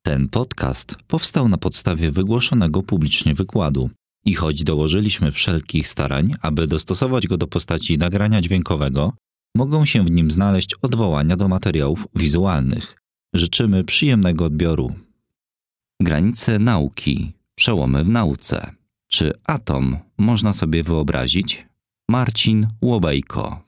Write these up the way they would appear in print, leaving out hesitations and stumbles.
Ten podcast powstał na podstawie wygłoszonego publicznie wykładu i choć dołożyliśmy wszelkich starań, aby dostosować go do postaci nagrania dźwiękowego, mogą się w nim znaleźć odwołania do materiałów wizualnych. Życzymy przyjemnego odbioru. Granice nauki, przełomy w nauce. Czy atom można sobie wyobrazić? Marcin Łobejko.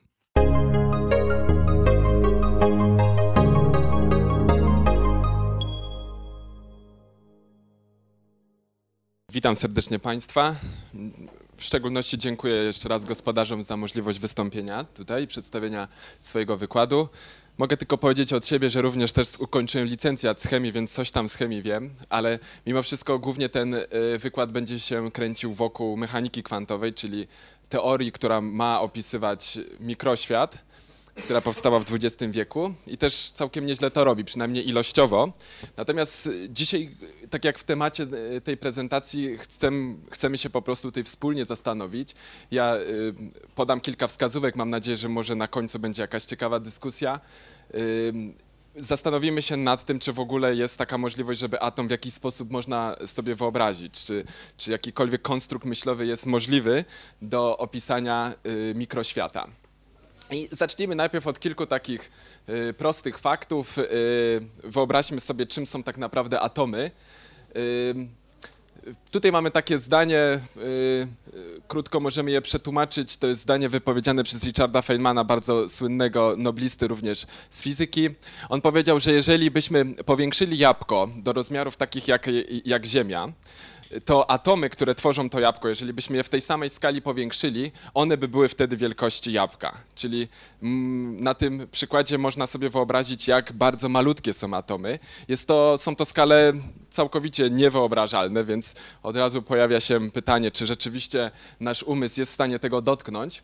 Witam serdecznie Państwa. W szczególności dziękuję jeszcze raz gospodarzom za możliwość wystąpienia tutaj i przedstawienia swojego wykładu. Mogę tylko powiedzieć od siebie, że również też ukończyłem licencjat z chemii, więc coś tam z chemii wiem, ale mimo wszystko głównie ten wykład będzie się kręcił wokół mechaniki kwantowej, czyli teorii, która ma opisywać mikroświat, która powstała w XX wieku i też całkiem nieźle to robi, przynajmniej ilościowo. Natomiast dzisiaj, tak jak w temacie tej prezentacji, chcemy się po prostu tutaj wspólnie zastanowić. Ja podam kilka wskazówek, mam nadzieję, że może na końcu będzie jakaś ciekawa dyskusja. Zastanowimy się nad tym, czy w ogóle jest taka możliwość, żeby atom w jakiś sposób można sobie wyobrazić, czy jakikolwiek konstrukt myślowy jest możliwy do opisania mikroświata. I zacznijmy najpierw od kilku takich prostych faktów. Wyobraźmy sobie, czym są tak naprawdę atomy. Tutaj mamy takie zdanie, krótko możemy je przetłumaczyć. To jest zdanie wypowiedziane przez Richarda Feynmana, bardzo słynnego noblisty również z fizyki. On powiedział, że jeżeli byśmy powiększyli jabłko do rozmiarów takich jak Ziemia, to atomy, które tworzą to jabłko, jeżeli byśmy je w tej samej skali powiększyli, one by były wtedy wielkości jabłka. Czyli na tym przykładzie można sobie wyobrazić, jak bardzo malutkie są atomy. Są to skale całkowicie niewyobrażalne, więc od razu pojawia się pytanie, czy rzeczywiście nasz umysł jest w stanie tego dotknąć.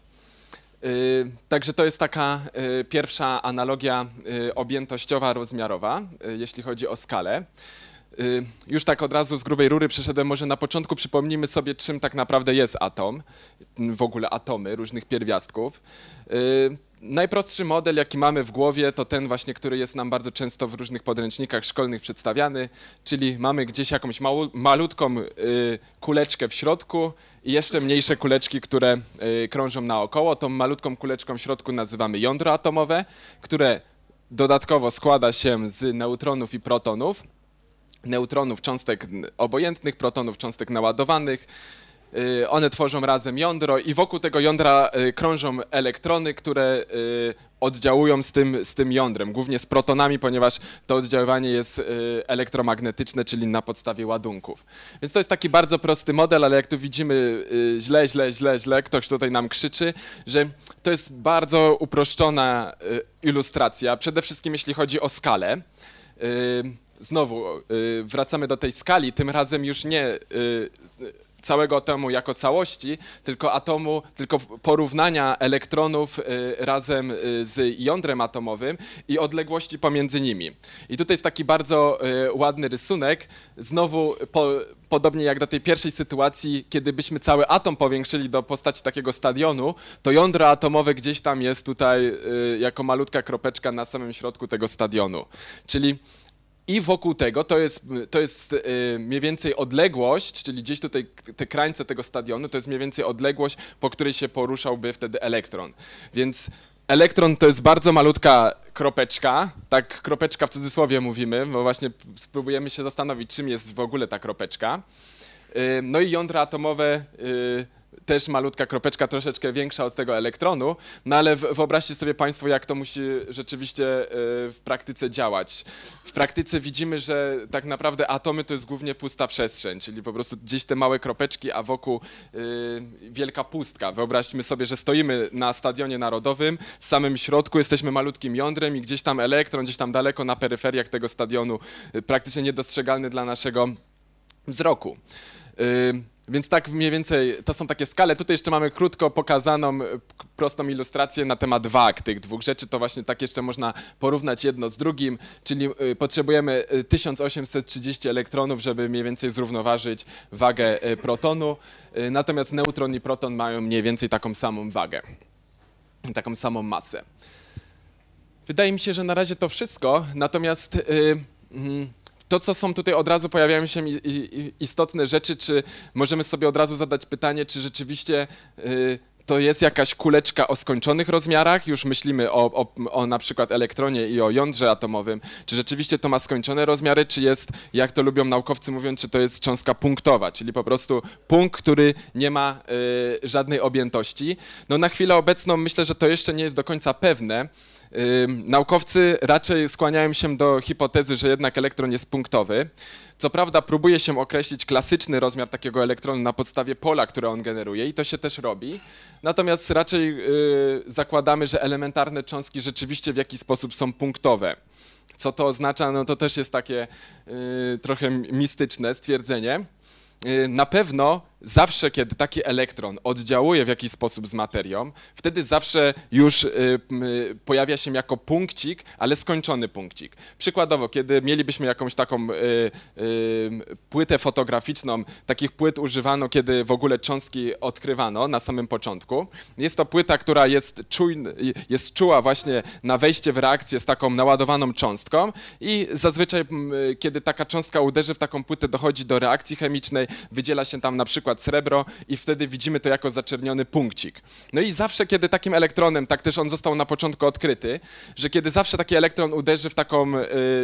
Także to jest taka pierwsza analogia objętościowa, rozmiarowa, jeśli chodzi o skalę. Już tak od razu z grubej rury przeszedłem, może na początku przypomnijmy sobie, czym tak naprawdę jest atom, w ogóle atomy różnych pierwiastków. Najprostszy model, jaki mamy w głowie, to ten właśnie, który jest nam bardzo często w różnych podręcznikach szkolnych przedstawiany, czyli mamy gdzieś jakąś malutką kuleczkę w środku i jeszcze mniejsze kuleczki, które krążą naokoło. Tą malutką kuleczką w środku nazywamy jądro atomowe, które dodatkowo składa się z neutronów i protonów. Neutronów, cząstek obojętnych, protonów, cząstek naładowanych. One tworzą razem jądro i wokół tego jądra krążą elektrony, które oddziałują z tym jądrem, głównie z protonami, ponieważ to oddziaływanie jest elektromagnetyczne, czyli na podstawie ładunków. Więc to jest taki bardzo prosty model, ale jak tu widzimy źle, ktoś tutaj nam krzyczy, że to jest bardzo uproszczona ilustracja, przede wszystkim jeśli chodzi o skalę. Znowu wracamy do tej skali, tym razem już nie całego atomu jako całości, tylko porównania elektronów razem z jądrem atomowym i odległości pomiędzy nimi. I tutaj jest taki bardzo ładny rysunek. Znowu podobnie jak do tej pierwszej sytuacji, kiedy byśmy cały atom powiększyli do postaci takiego stadionu, to jądro atomowe gdzieś tam jest tutaj jako malutka kropeczka na samym środku tego stadionu. Czyli i wokół tego to jest mniej więcej odległość, czyli gdzieś tutaj te krańce tego stadionu, to jest mniej więcej odległość, po której się poruszałby wtedy elektron. Więc elektron to jest bardzo malutka kropeczka, tak kropeczka w cudzysłowie mówimy, bo właśnie spróbujemy się zastanowić, czym jest w ogóle ta kropeczka. No i jądro atomowe też malutka kropeczka, troszeczkę większa od tego elektronu, no ale wyobraźcie sobie Państwo, jak to musi rzeczywiście w praktyce działać. W praktyce widzimy, że tak naprawdę atomy to jest głównie pusta przestrzeń, czyli po prostu gdzieś te małe kropeczki, a wokół wielka pustka. Wyobraźmy sobie, że stoimy na Stadionie Narodowym, w samym środku jesteśmy malutkim jądrem i gdzieś tam elektron, gdzieś tam daleko na peryferiach tego stadionu, praktycznie niedostrzegalny dla naszego wzroku. Więc tak mniej więcej to są takie skale. Tutaj jeszcze mamy krótko pokazaną prostą ilustrację na temat wag tych dwóch rzeczy. To właśnie tak jeszcze można porównać jedno z drugim, czyli potrzebujemy 1830 elektronów, żeby mniej więcej zrównoważyć wagę protonu. Natomiast neutron i proton mają mniej więcej taką samą wagę, taką samą masę. Wydaje mi się, że na razie to wszystko. Natomiast to, co są tutaj, od razu pojawiają się istotne rzeczy, czy możemy sobie od razu zadać pytanie, czy rzeczywiście to jest jakaś kuleczka o skończonych rozmiarach, już myślimy o na przykład elektronie i o jądrze atomowym, czy rzeczywiście to ma skończone rozmiary, czy jest, jak to lubią naukowcy mówią, czy to jest cząstka punktowa, czyli po prostu punkt, który nie ma żadnej objętości. No na chwilę obecną myślę, że to jeszcze nie jest do końca pewne. Naukowcy raczej skłaniają się do hipotezy, że jednak elektron jest punktowy. Co prawda próbuje się określić klasyczny rozmiar takiego elektronu na podstawie pola, które on generuje i to się też robi. Natomiast raczej zakładamy, że elementarne cząstki rzeczywiście w jakiś sposób są punktowe. Co to oznacza? No to też jest takie trochę mistyczne stwierdzenie. Na pewno zawsze, kiedy taki elektron oddziałuje w jakiś sposób z materią, wtedy zawsze już pojawia się jako punkcik, ale skończony punkcik. Przykładowo, kiedy mielibyśmy jakąś taką płytę fotograficzną, takich płyt używano, kiedy w ogóle cząstki odkrywano na samym początku. Jest to płyta, która jest czuła właśnie na wejście w reakcję z taką naładowaną cząstką i zazwyczaj, kiedy taka cząstka uderzy w taką płytę, dochodzi do reakcji chemicznej, wydziela się tam na przykład srebro i wtedy widzimy to jako zaczerniony punkcik. No i zawsze, kiedy takim elektronem, tak też on został na początku odkryty, że kiedy zawsze taki elektron uderzy w taką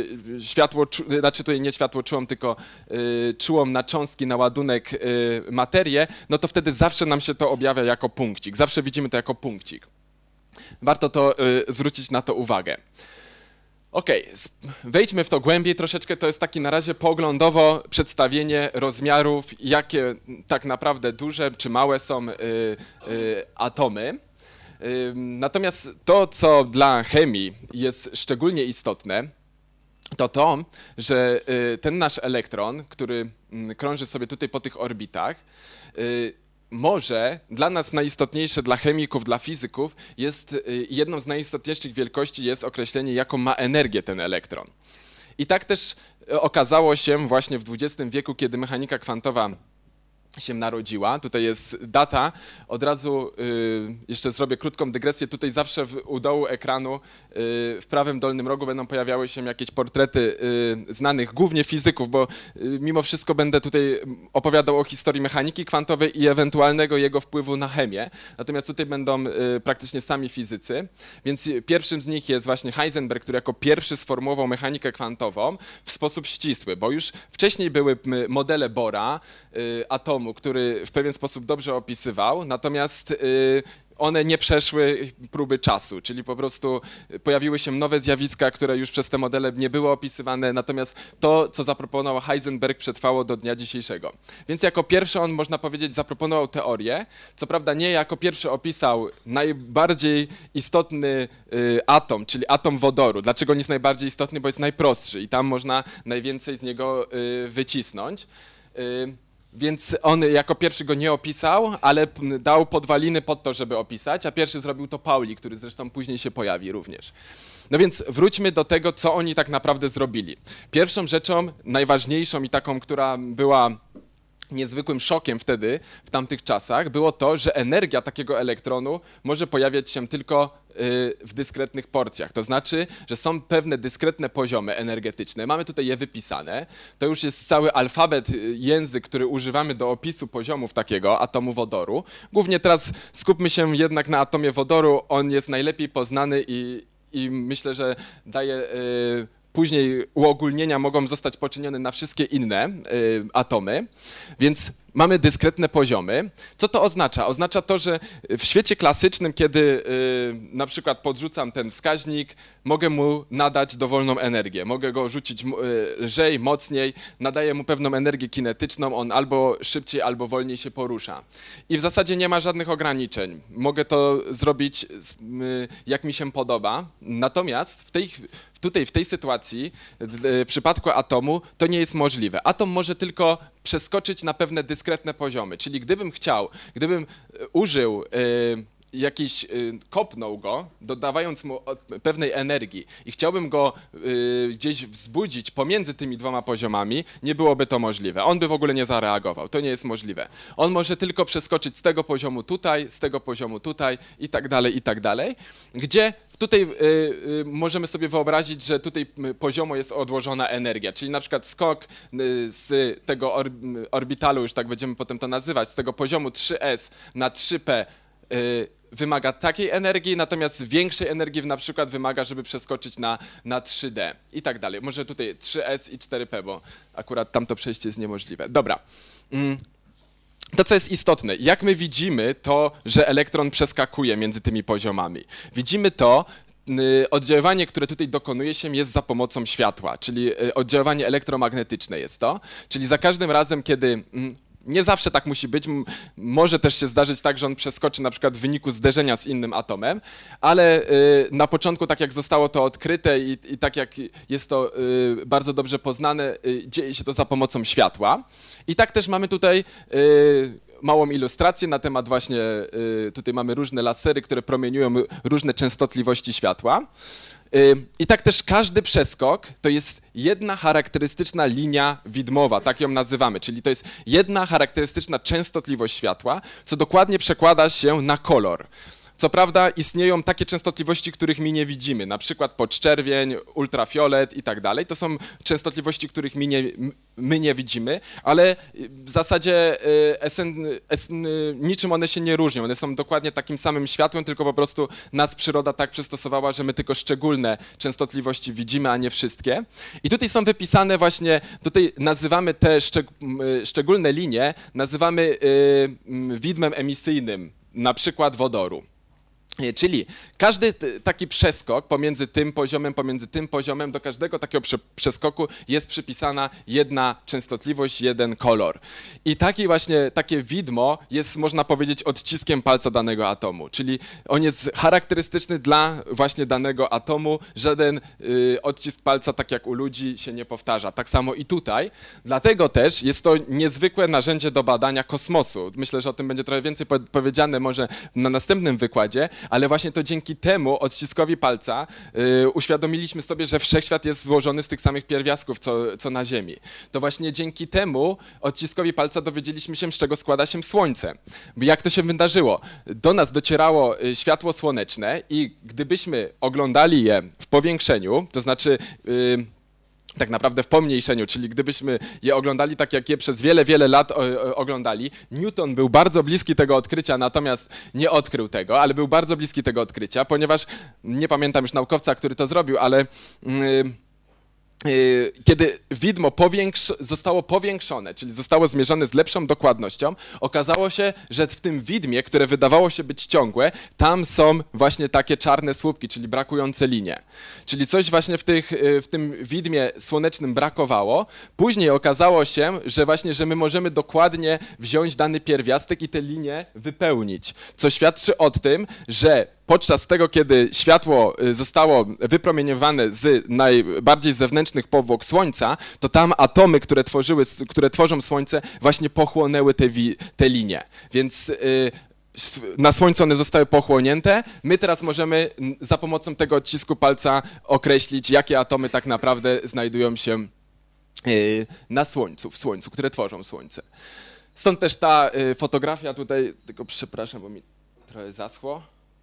znaczy tutaj nie światłoczułą, tylko czułą na cząstki, na ładunek materię, no to wtedy zawsze nam się to objawia jako punkcik. Zawsze widzimy to jako punkcik. Warto to zwrócić na to uwagę. Okej, wejdźmy w to głębiej troszeczkę, to jest taki na razie poglądowo przedstawienie rozmiarów, jakie tak naprawdę duże czy małe są atomy. Natomiast to, co dla chemii jest szczególnie istotne, to to, że ten nasz elektron, który krąży sobie tutaj po tych orbitach, może dla nas najistotniejsze, dla chemików, dla fizyków, jest jedną z najistotniejszych wielkości jest określenie, jaką ma energię ten elektron. I tak też okazało się właśnie w XX wieku, kiedy mechanika kwantowa się narodziła. Tutaj jest data. Od razu jeszcze zrobię krótką dygresję. Tutaj zawsze u dołu ekranu w prawym dolnym rogu będą pojawiały się jakieś portrety znanych, głównie fizyków, bo mimo wszystko będę tutaj opowiadał o historii mechaniki kwantowej i ewentualnego jego wpływu na chemię. Natomiast tutaj będą praktycznie sami fizycy. Więc pierwszym z nich jest właśnie Heisenberg, który jako pierwszy sformułował mechanikę kwantową w sposób ścisły, bo już wcześniej były modele Bohra, atomu, który w pewien sposób dobrze opisywał, natomiast one nie przeszły próby czasu, czyli po prostu pojawiły się nowe zjawiska, które już przez te modele nie były opisywane, natomiast to, co zaproponował Heisenberg, przetrwało do dnia dzisiejszego. Więc jako pierwszy on, można powiedzieć, zaproponował teorię, co prawda nie jako pierwszy opisał najbardziej istotny atom, czyli atom wodoru. Dlaczego on jest najbardziej istotny? Bo jest najprostszy i tam można najwięcej z niego wycisnąć. Więc on jako pierwszy go nie opisał, ale dał podwaliny pod to, żeby opisać, a pierwszy zrobił to Pauli, który zresztą później się pojawi również. No więc wróćmy do tego, co oni tak naprawdę zrobili. Pierwszą rzeczą, najważniejszą i taką, która była niezwykłym szokiem wtedy, w tamtych czasach, było to, że energia takiego elektronu może pojawiać się tylko w dyskretnych porcjach. To znaczy, że są pewne dyskretne poziomy energetyczne. Mamy tutaj je wypisane. To już jest cały alfabet, język, który używamy do opisu poziomów takiego atomu wodoru. Głównie teraz skupmy się jednak na atomie wodoru. On jest najlepiej poznany i myślę, że daje... Później uogólnienia mogą zostać poczynione na wszystkie inne atomy, więc mamy dyskretne poziomy. Co to oznacza? Oznacza to, że w świecie klasycznym, kiedy na przykład podrzucam ten wskaźnik, mogę mu nadać dowolną energię. Mogę go rzucić lżej, mocniej, nadaję mu pewną energię kinetyczną, on albo szybciej, albo wolniej się porusza. I w zasadzie nie ma żadnych ograniczeń. Mogę to zrobić jak mi się podoba. Natomiast w tej sytuacji, w przypadku atomu, to nie jest możliwe. Atom może tylko przeskoczyć na pewne dyskretne poziomy, czyli gdybym użył kopnął go, dodawając mu pewnej energii i chciałbym go gdzieś wzbudzić pomiędzy tymi dwoma poziomami, nie byłoby to możliwe. On by w ogóle nie zareagował. To nie jest możliwe. On może tylko przeskoczyć z tego poziomu tutaj, z tego poziomu tutaj i tak dalej, gdzie tutaj możemy sobie wyobrazić, że tutaj poziomo jest odłożona energia, czyli na przykład skok z tego orbitalu, już tak będziemy potem to nazywać, z tego poziomu 3s na 3p wymaga takiej energii, natomiast większej energii na przykład wymaga, żeby przeskoczyć na 3D i tak dalej. Może tutaj 3S i 4P, bo akurat tamto przejście jest niemożliwe. Dobra. To, co jest istotne, jak my widzimy to, że elektron przeskakuje między tymi poziomami? Widzimy to, oddziaływanie, które tutaj dokonuje się, jest za pomocą światła, czyli oddziaływanie elektromagnetyczne jest to, czyli za każdym razem, kiedy nie zawsze tak musi być, może też się zdarzyć tak, że on przeskoczy na przykład w wyniku zderzenia z innym atomem, ale na początku, tak jak zostało to odkryte i tak jak jest to bardzo dobrze poznane, dzieje się to za pomocą światła. I tak też mamy tutaj małą ilustrację na temat właśnie, tutaj mamy różne lasery, które promieniują różne częstotliwości światła. I tak też każdy przeskok to jest jedna charakterystyczna linia widmowa, tak ją nazywamy, czyli to jest jedna charakterystyczna częstotliwość światła, co dokładnie przekłada się na kolor. Co prawda istnieją takie częstotliwości, których my nie widzimy, na przykład podczerwień, ultrafiolet i tak dalej. To są częstotliwości, których my nie widzimy, ale w zasadzie niczym one się nie różnią. One są dokładnie takim samym światłem, tylko po prostu nas przyroda tak przystosowała, że my tylko szczególne częstotliwości widzimy, a nie wszystkie. I tutaj są wypisane właśnie, tutaj nazywamy te szczególne linie, nazywamy widmem emisyjnym, na przykład wodoru. Czyli każdy taki przeskok pomiędzy tym poziomem, do każdego takiego przeskoku jest przypisana jedna częstotliwość, jeden kolor. I takie widmo jest, można powiedzieć, odciskiem palca danego atomu, czyli on jest charakterystyczny dla właśnie danego atomu, żaden odcisk palca, tak jak u ludzi, się nie powtarza. Tak samo i tutaj, dlatego też jest to niezwykłe narzędzie do badania kosmosu. Myślę, że o tym będzie trochę więcej powiedziane może na następnym wykładzie, ale właśnie to dzięki temu odciskowi palca uświadomiliśmy sobie, że wszechświat jest złożony z tych samych pierwiastków, co na Ziemi. To właśnie dzięki temu odciskowi palca dowiedzieliśmy się, z czego składa się Słońce. Jak to się wydarzyło? Do nas docierało światło słoneczne i gdybyśmy oglądali je w powiększeniu, to znaczy tak naprawdę w pomniejszeniu, czyli gdybyśmy je oglądali tak, jak je przez wiele, wiele lat oglądali. Newton był bardzo bliski tego odkrycia, natomiast nie odkrył tego, ale był bardzo bliski tego odkrycia, ponieważ, nie pamiętam już naukowca, który to zrobił, ale kiedy widmo zostało powiększone, czyli zostało zmierzone z lepszą dokładnością, okazało się, że w tym widmie, które wydawało się być ciągłe, tam są właśnie takie czarne słupki, czyli brakujące linie. Czyli coś właśnie w tym widmie słonecznym brakowało. Później okazało się, że my możemy dokładnie wziąć dany pierwiastek i te linie wypełnić, co świadczy o tym, że podczas tego, kiedy światło zostało wypromieniowane z najbardziej zewnętrznych powłok Słońca, to tam atomy, które tworzą Słońce, właśnie pochłonęły te linie. Więc na Słońcu one zostały pochłonięte. My teraz możemy za pomocą tego odcisku palca określić, jakie atomy tak naprawdę znajdują się na Słońcu, w Słońcu, które tworzą Słońce. Stąd też ta fotografia tutaj, tylko przepraszam, bo mi trochę zaschło.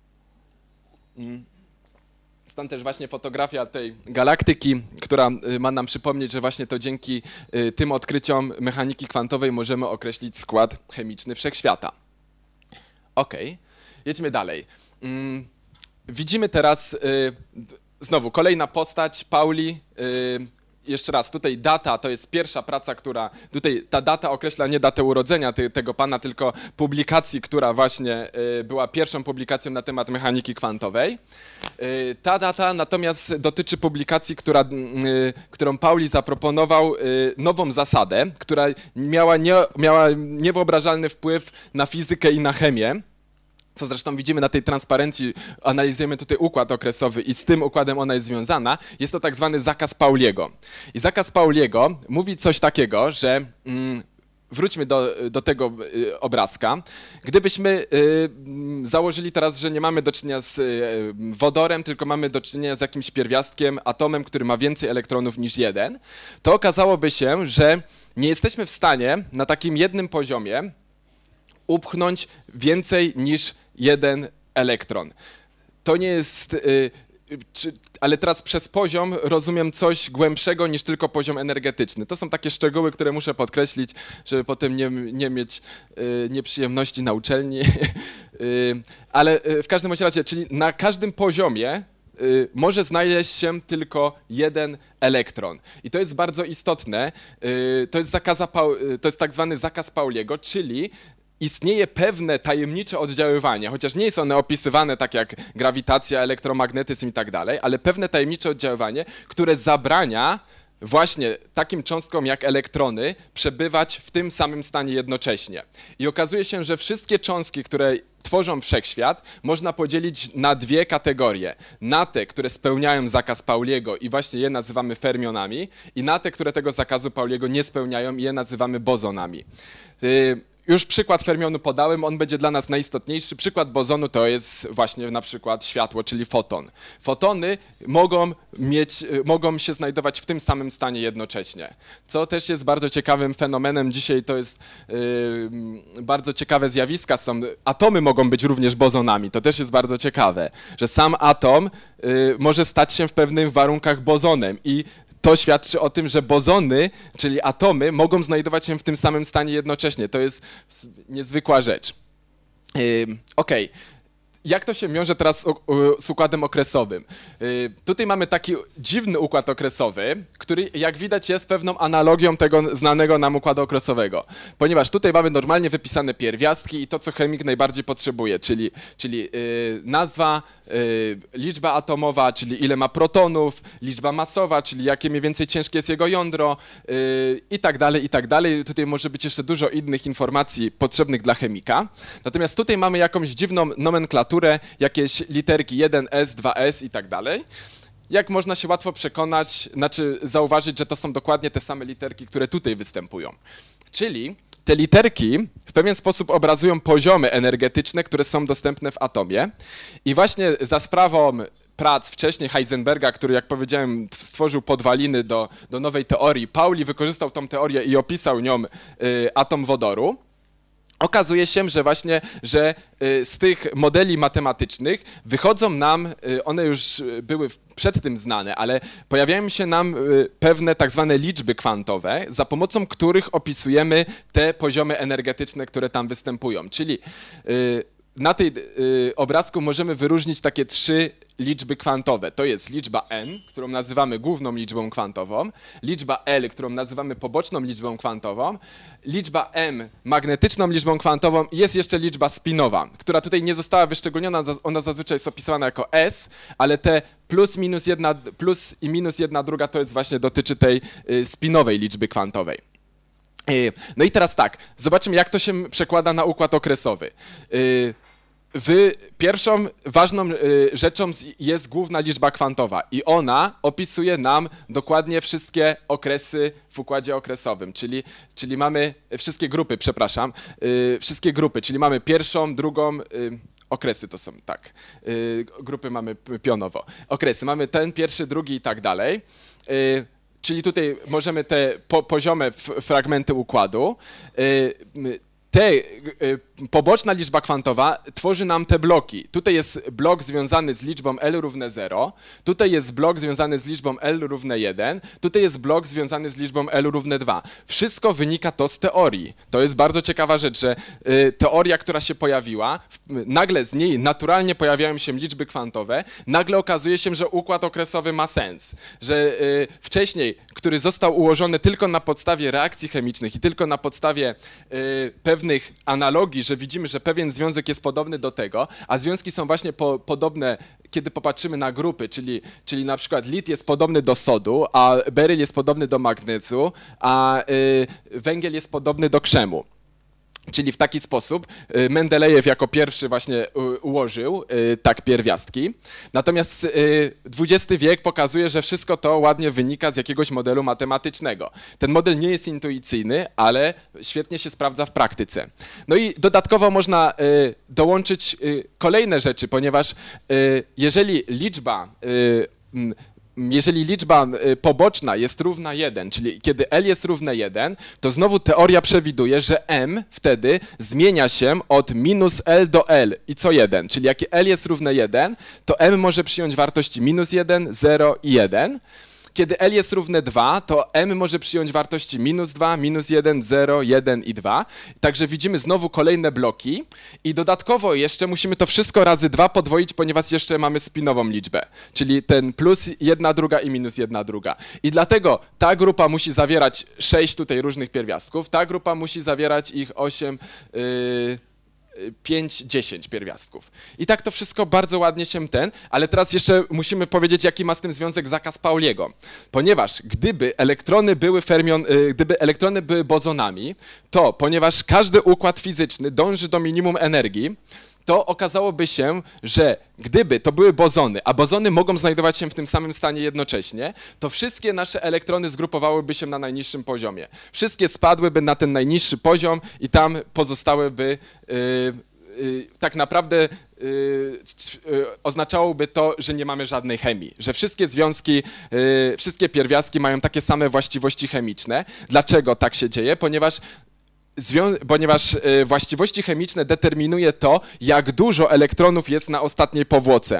Stąd też właśnie fotografia tej galaktyki, która ma nam przypomnieć, że właśnie to dzięki tym odkryciom mechaniki kwantowej możemy określić skład chemiczny wszechświata. Okej, jedźmy dalej. Widzimy teraz znowu kolejna postać, Pauli. Jeszcze raz, tutaj data to jest pierwsza praca, tutaj ta data określa nie datę urodzenia tego pana, tylko publikacji, która właśnie była pierwszą publikacją na temat mechaniki kwantowej. Ta data natomiast dotyczy publikacji, którą Pauli zaproponował nową zasadę, która miała niewyobrażalny wpływ na fizykę i na chemię. Co zresztą widzimy na tej transparencji, analizujemy tutaj układ okresowy i z tym układem ona jest związana, jest to tak zwany zakaz Pauliego. I zakaz Pauliego mówi coś takiego, że wróćmy do tego obrazka. Gdybyśmy założyli teraz, że nie mamy do czynienia z wodorem, tylko mamy do czynienia z jakimś pierwiastkiem, atomem, który ma więcej elektronów niż jeden, to okazałoby się, że nie jesteśmy w stanie na takim jednym poziomie upchnąć więcej niż jeden elektron. To nie jest ale teraz przez poziom rozumiem coś głębszego niż tylko poziom energetyczny. To są takie szczegóły, które muszę podkreślić, żeby potem nie mieć nieprzyjemności na uczelni. Ale w każdym razie, czyli na każdym poziomie może znaleźć się tylko jeden elektron. I to jest bardzo istotne. To jest tak zwany zakaz Pauliego, czyli istnieje pewne tajemnicze oddziaływanie, chociaż nie jest one opisywane tak jak grawitacja, elektromagnetyzm i tak dalej, ale pewne tajemnicze oddziaływanie, które zabrania właśnie takim cząstkom jak elektrony przebywać w tym samym stanie jednocześnie. I okazuje się, że wszystkie cząstki, które tworzą wszechświat, można podzielić na dwie kategorie. Na te, które spełniają zakaz Pauliego i właśnie je nazywamy fermionami, i na te, które tego zakazu Pauliego nie spełniają i je nazywamy bozonami. Już przykład fermionu podałem, on będzie dla nas najistotniejszy. Przykład bozonu to jest właśnie na przykład światło, czyli foton. Fotony mogą się znajdować w tym samym stanie jednocześnie, co też jest bardzo ciekawym fenomenem. Dzisiaj to jest bardzo ciekawe zjawiska. Atomy mogą być również bozonami, to też jest bardzo ciekawe, że sam atom może stać się w pewnych warunkach bozonem i to świadczy o tym, że bozony, czyli atomy, mogą znajdować się w tym samym stanie jednocześnie. To jest niezwykła rzecz. Okej. Jak to się wiąże teraz z układem okresowym? Tutaj mamy taki dziwny układ okresowy, który jak widać jest pewną analogią tego znanego nam układu okresowego. Ponieważ tutaj mamy normalnie wypisane pierwiastki i to, co chemik najbardziej potrzebuje, czyli nazwa, liczba atomowa, czyli ile ma protonów, liczba masowa, czyli jakie mniej więcej ciężkie jest jego jądro i tak dalej, i tak dalej. Tutaj może być jeszcze dużo innych informacji potrzebnych dla chemika. Natomiast tutaj mamy jakąś dziwną nomenklaturę, jakieś literki 1S, 2S i tak dalej. Jak można się łatwo przekonać, znaczy zauważyć, że to są dokładnie te same literki, które tutaj występują. Czyli te literki w pewien sposób obrazują poziomy energetyczne, które są dostępne w atomie i właśnie za sprawą prac wcześniej Heisenberga, który, jak powiedziałem, stworzył podwaliny do nowej teorii, Pauli wykorzystał tą teorię i opisał nią atom wodoru. Okazuje się, że właśnie, z tych modeli matematycznych wychodzą nam, one już były przed tym znane, ale pojawiają się nam pewne tak zwane liczby kwantowe, za pomocą których opisujemy te poziomy energetyczne, które tam występują. Czyli na tej obrazku możemy wyróżnić takie trzy liczby kwantowe. To jest liczba n, którą nazywamy główną liczbą kwantową, liczba L, którą nazywamy poboczną liczbą kwantową, liczba m, magnetyczną liczbą kwantową i jest jeszcze liczba spinowa, która tutaj nie została wyszczególniona, ona zazwyczaj jest opisywana jako S, ale te plus i minus jedna druga to jest właśnie dotyczy tej spinowej liczby kwantowej. No i teraz tak, zobaczymy jak to się przekłada na układ okresowy. Pierwszą ważną rzeczą jest główna liczba kwantowa i ona opisuje nam dokładnie wszystkie okresy w układzie okresowym, czyli mamy wszystkie grupy, wszystkie grupy, czyli mamy pierwszą, drugą, okresy to są, tak, grupy mamy pionowo, okresy, mamy ten, pierwszy, drugi i tak dalej. Czyli tutaj możemy te poziome fragmenty układu. Poboczna liczba kwantowa tworzy nam te bloki. Tutaj jest blok związany z liczbą L równe 0, tutaj jest blok związany z liczbą L równe 1, tutaj jest blok związany z liczbą L równe 2. Wszystko wynika to z teorii. To jest bardzo ciekawa rzecz, że teoria, która się pojawiła, nagle z niej naturalnie pojawiają się liczby kwantowe, nagle okazuje się, że układ okresowy ma sens, że wcześniej, który został ułożony tylko na podstawie reakcji chemicznych i tylko na podstawie pewnych analogii, że widzimy, że pewien związek jest podobny do tego, a związki są właśnie podobne, kiedy popatrzymy na grupy, czyli na przykład lit jest podobny do sodu, a beryl jest podobny do magnezu, a węgiel jest podobny do krzemu. Czyli w taki sposób Mendelejew jako pierwszy właśnie ułożył tak pierwiastki. Natomiast XX wiek pokazuje, że wszystko to ładnie wynika z jakiegoś modelu matematycznego. Ten model nie jest intuicyjny, ale świetnie się sprawdza w praktyce. No i dodatkowo można dołączyć kolejne rzeczy, ponieważ jeżeli liczba jeżeli liczba poboczna jest równa 1, czyli kiedy L jest równe 1, to znowu teoria przewiduje, że M wtedy zmienia się od minus L do L i co 1, czyli jak L jest równe 1, to M może przyjąć wartości minus 1, 0 i 1. Kiedy L jest równe 2, to M może przyjąć wartości minus 2, minus 1, 0, 1 i 2. Także widzimy znowu kolejne bloki i dodatkowo jeszcze musimy to wszystko razy 2 podwoić, ponieważ jeszcze mamy spinową liczbę, czyli ten plus 1 druga i minus 1 druga. I dlatego ta grupa musi zawierać 6 tutaj różnych pierwiastków, ta grupa musi zawierać ich 8, 5, 10 pierwiastków. I tak to wszystko bardzo ładnie się ale teraz jeszcze musimy powiedzieć, jaki ma z tym związek zakaz Pauliego. Ponieważ gdyby elektrony były bozonami, to ponieważ każdy układ fizyczny dąży do minimum energii, to okazałoby się, że gdyby to były bozony, a bozony mogą znajdować się w tym samym stanie jednocześnie, to wszystkie nasze elektrony zgrupowałyby się na najniższym poziomie. Wszystkie spadłyby na ten najniższy poziom i tam pozostałyby tak naprawdę oznaczałoby to, że nie mamy żadnej chemii, że wszystkie związki, wszystkie pierwiastki mają takie same właściwości chemiczne. Dlaczego tak się dzieje? Ponieważ właściwości chemiczne determinuje to, jak dużo elektronów jest na ostatniej powłoce.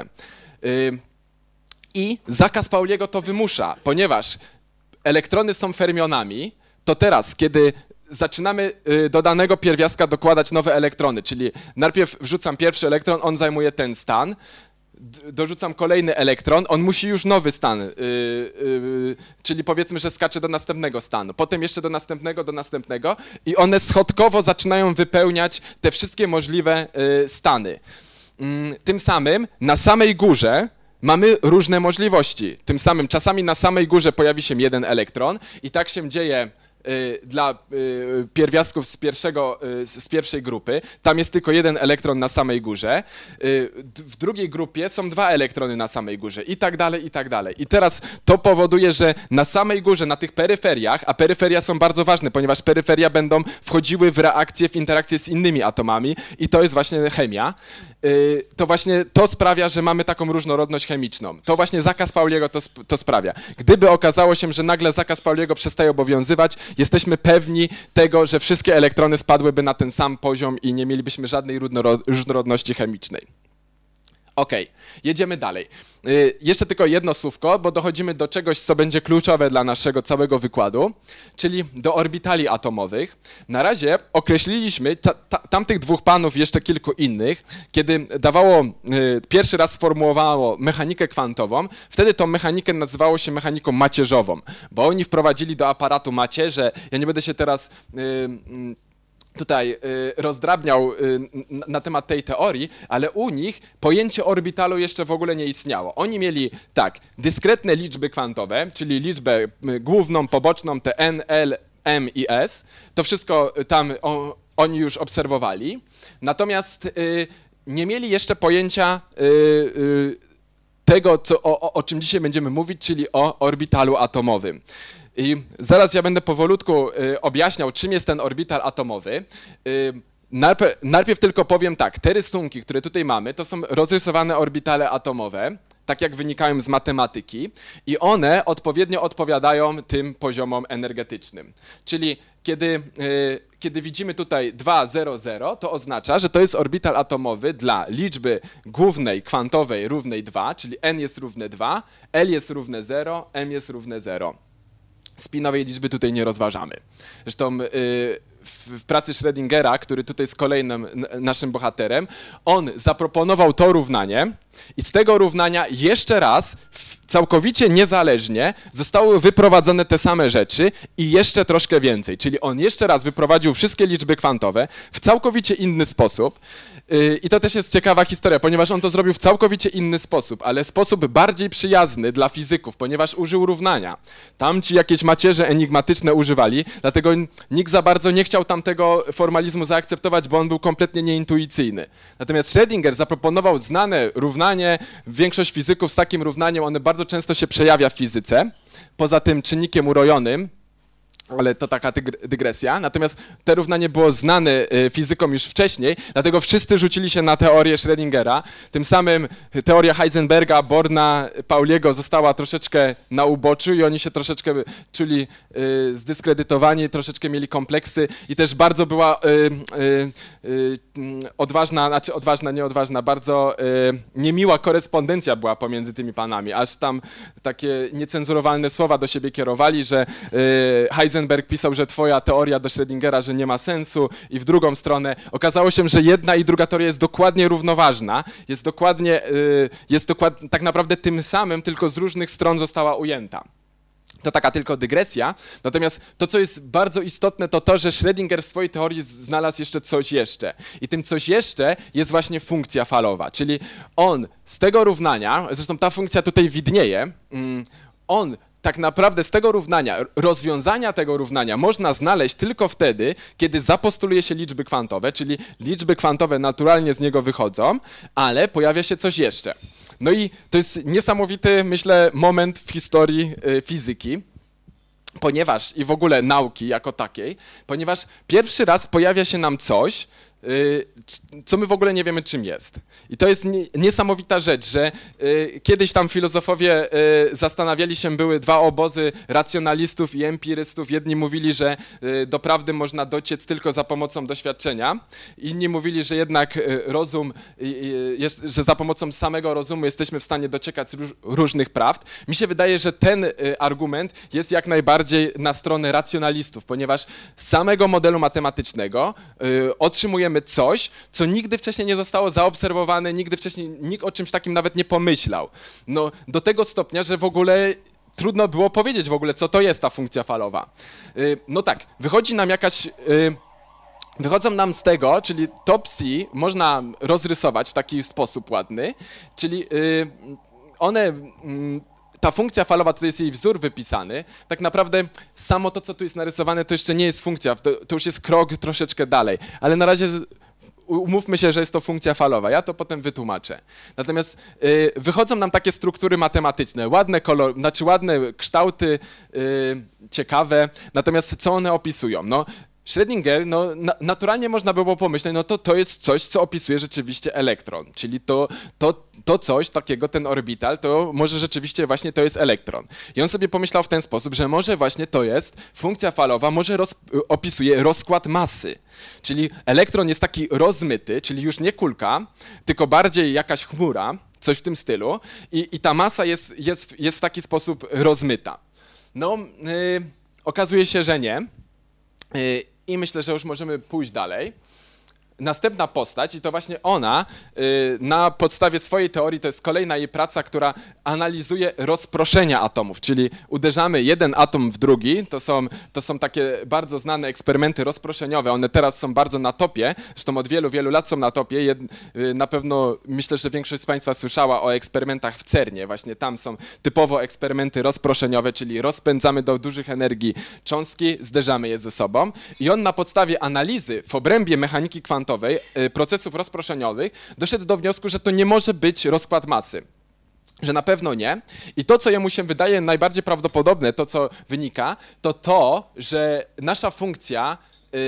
I zakaz Pauliego to wymusza, ponieważ elektrony są fermionami, to teraz, kiedy zaczynamy do danego pierwiastka dokładać nowe elektrony, czyli najpierw wrzucam pierwszy elektron, on zajmuje ten stan, dorzucam kolejny elektron, on musi już nowy stan, czyli powiedzmy, że skacze do następnego stanu, potem jeszcze do następnego i one schodkowo zaczynają wypełniać te wszystkie możliwe stany. Tym samym na samej górze mamy różne możliwości. Tym samym czasami na samej górze pojawi się jeden elektron i tak się dzieje dla pierwiastków z pierwszej grupy. Tam jest tylko jeden elektron na samej górze. W drugiej grupie są 2 elektrony na samej górze i tak dalej, i tak dalej. I teraz to powoduje, że na samej górze, na tych peryferiach, a peryferia są bardzo ważne, ponieważ peryferia będą wchodziły w reakcję, w interakcję z innymi atomami i to jest właśnie chemia. To właśnie to sprawia, że mamy taką różnorodność chemiczną. To właśnie zakaz Pauliego to sprawia. Gdyby okazało się, że nagle zakaz Pauliego przestaje obowiązywać, jesteśmy pewni tego, że wszystkie elektrony spadłyby na ten sam poziom i nie mielibyśmy żadnej różnorodności chemicznej. Okej, jedziemy dalej. Jeszcze tylko jedno słówko, bo dochodzimy do czegoś, co będzie kluczowe dla naszego całego wykładu, czyli do orbitali atomowych. Na razie określiliśmy tamtych 2 panów, jeszcze kilku innych, kiedy pierwszy raz sformułowało mechanikę kwantową, wtedy tą mechanikę nazywało się mechaniką macierzową, bo oni wprowadzili do aparatu macierze. Ja nie będę się teraz tutaj rozdrabniał na temat tej teorii, ale u nich pojęcie orbitalu jeszcze w ogóle nie istniało. Oni mieli tak, dyskretne liczby kwantowe, czyli liczbę główną, poboczną, te n, l, m i s. To wszystko tam oni już obserwowali. Natomiast nie mieli jeszcze pojęcia tego, o czym dzisiaj będziemy mówić, czyli o orbitalu atomowym. I zaraz ja będę powolutku objaśniał, czym jest ten orbital atomowy. Najpierw tylko powiem tak, te rysunki, które tutaj mamy, to są rozrysowane orbitale atomowe, tak jak wynikają z matematyki i one odpowiednio odpowiadają tym poziomom energetycznym. Czyli kiedy widzimy tutaj 2, 0, 0, to oznacza, że to jest orbital atomowy dla liczby głównej kwantowej równej 2, czyli n jest równe 2, l jest równe 0, m jest równe 0. Spinowej liczby tutaj nie rozważamy. Zresztą w pracy Schrödingera, który tutaj jest kolejnym naszym bohaterem, on zaproponował to równanie i z tego równania jeszcze raz całkowicie niezależnie zostały wyprowadzone te same rzeczy i jeszcze troszkę więcej. Czyli on jeszcze raz wyprowadził wszystkie liczby kwantowe w całkowicie inny sposób. I to też jest ciekawa historia, ponieważ on to zrobił w całkowicie inny sposób, ale sposób bardziej przyjazny dla fizyków, ponieważ użył równania. Tam ci jakieś macierze enigmatyczne używali, dlatego nikt za bardzo nie chciał tamtego formalizmu zaakceptować, bo on był kompletnie nieintuicyjny. Natomiast Schrödinger zaproponował znane równanie, większość fizyków z takim równaniem, one bardzo często się przejawia w fizyce, poza tym czynnikiem urojonym, Ale to taka dygresja. Natomiast to równanie było znane fizykom już wcześniej, dlatego wszyscy rzucili się na teorię Schrödingera. Tym samym teoria Heisenberga, Borna, Pauliego została troszeczkę na uboczu i oni się troszeczkę czuli zdyskredytowani, troszeczkę mieli kompleksy i też bardzo była odważna, znaczy odważna, nieodważna, bardzo niemiła korespondencja była pomiędzy tymi panami, aż tam takie niecenzurowalne słowa do siebie kierowali, że Heisenberg pisał, że twoja teoria do Schrödingera, że nie ma sensu i w drugą stronę okazało się, że jedna i druga teoria jest dokładnie równoważna, jest dokładnie tak naprawdę tym samym, tylko z różnych stron została ujęta. To taka tylko dygresja, natomiast to, co jest bardzo istotne, to to, że Schrödinger w swojej teorii znalazł jeszcze coś jeszcze. I tym coś jeszcze jest właśnie funkcja falowa, czyli on z tego równania, zresztą ta funkcja tutaj widnieje, on tak naprawdę z tego równania, rozwiązania tego równania można znaleźć tylko wtedy, kiedy zapostuluje się liczby kwantowe, czyli liczby kwantowe naturalnie z niego wychodzą, ale pojawia się coś jeszcze. No i to jest niesamowity, myślę, moment w historii fizyki, ponieważ i w ogóle nauki jako takiej, ponieważ pierwszy raz pojawia się nam coś, co my w ogóle nie wiemy, czym jest. I to jest niesamowita rzecz, że kiedyś tam filozofowie zastanawiali się, były dwa obozy racjonalistów i empirystów. Jedni mówili, że do prawdy można dociec tylko za pomocą doświadczenia. Inni mówili, że jednak rozum, że za pomocą samego rozumu jesteśmy w stanie dociekać różnych prawd. Mi się wydaje, że ten argument jest jak najbardziej na stronę racjonalistów, ponieważ z samego modelu matematycznego otrzymujemy coś, co nigdy wcześniej nie zostało zaobserwowane, nigdy wcześniej nikt o czymś takim nawet nie pomyślał. No, do tego stopnia, że w ogóle trudno było powiedzieć w ogóle, co to jest ta funkcja falowa. No tak, wychodzi nam jakaś... Wychodzą nam z tego, czyli to psi można rozrysować w taki sposób ładny, czyli one... Ta funkcja falowa, tutaj jest jej wzór wypisany, tak naprawdę samo to, co tu jest narysowane, to jeszcze nie jest funkcja, to już jest krok troszeczkę dalej, ale na razie umówmy się, że jest to funkcja falowa, ja to potem wytłumaczę. Natomiast wychodzą nam takie struktury matematyczne, ładne ładne kształty, ciekawe, natomiast co one opisują? No, Schrödinger, no, naturalnie można było pomyśleć, no to jest coś, co opisuje rzeczywiście elektron, czyli to coś takiego, ten orbital, to może rzeczywiście właśnie to jest elektron. I on sobie pomyślał w ten sposób, że może właśnie to jest funkcja falowa, może opisuje rozkład masy, czyli elektron jest taki rozmyty, czyli już nie kulka, tylko bardziej jakaś chmura, coś w tym stylu i ta masa jest w taki sposób rozmyta. No, okazuje się, że nie. I myślę, że już możemy pójść dalej. Następna postać, i to właśnie ona na podstawie swojej teorii, to jest kolejna jej praca, która analizuje rozproszenia atomów, czyli uderzamy jeden atom w drugi, to są takie bardzo znane eksperymenty rozproszeniowe, one teraz są bardzo na topie, zresztą od wielu, wielu lat są na topie, na pewno myślę, że większość z Państwa słyszała o eksperymentach w CERNie, właśnie tam są typowo eksperymenty rozproszeniowe, czyli rozpędzamy do dużych energii cząstki, zderzamy je ze sobą i on na podstawie analizy w obrębie mechaniki kwantowej procesów rozproszeniowych doszedł do wniosku, że to nie może być rozkład masy. Że na pewno nie. I to, co jemu się wydaje najbardziej prawdopodobne, to co wynika, to, że nasza funkcja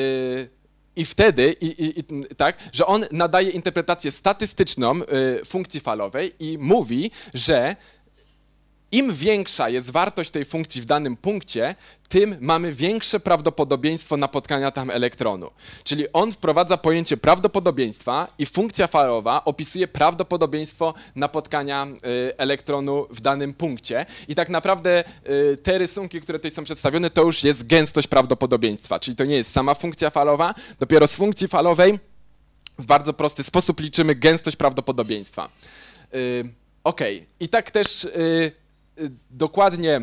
i wtedy, tak, że on nadaje interpretację statystyczną funkcji falowej i mówi, że im większa jest wartość tej funkcji w danym punkcie, tym mamy większe prawdopodobieństwo napotkania tam elektronu. Czyli on wprowadza pojęcie prawdopodobieństwa i funkcja falowa opisuje prawdopodobieństwo napotkania elektronu w danym punkcie. I tak naprawdę te rysunki, które tutaj są przedstawione, to już jest gęstość prawdopodobieństwa. Czyli to nie jest sama funkcja falowa, dopiero z funkcji falowej w bardzo prosty sposób liczymy gęstość prawdopodobieństwa. Okej. I tak też dokładnie,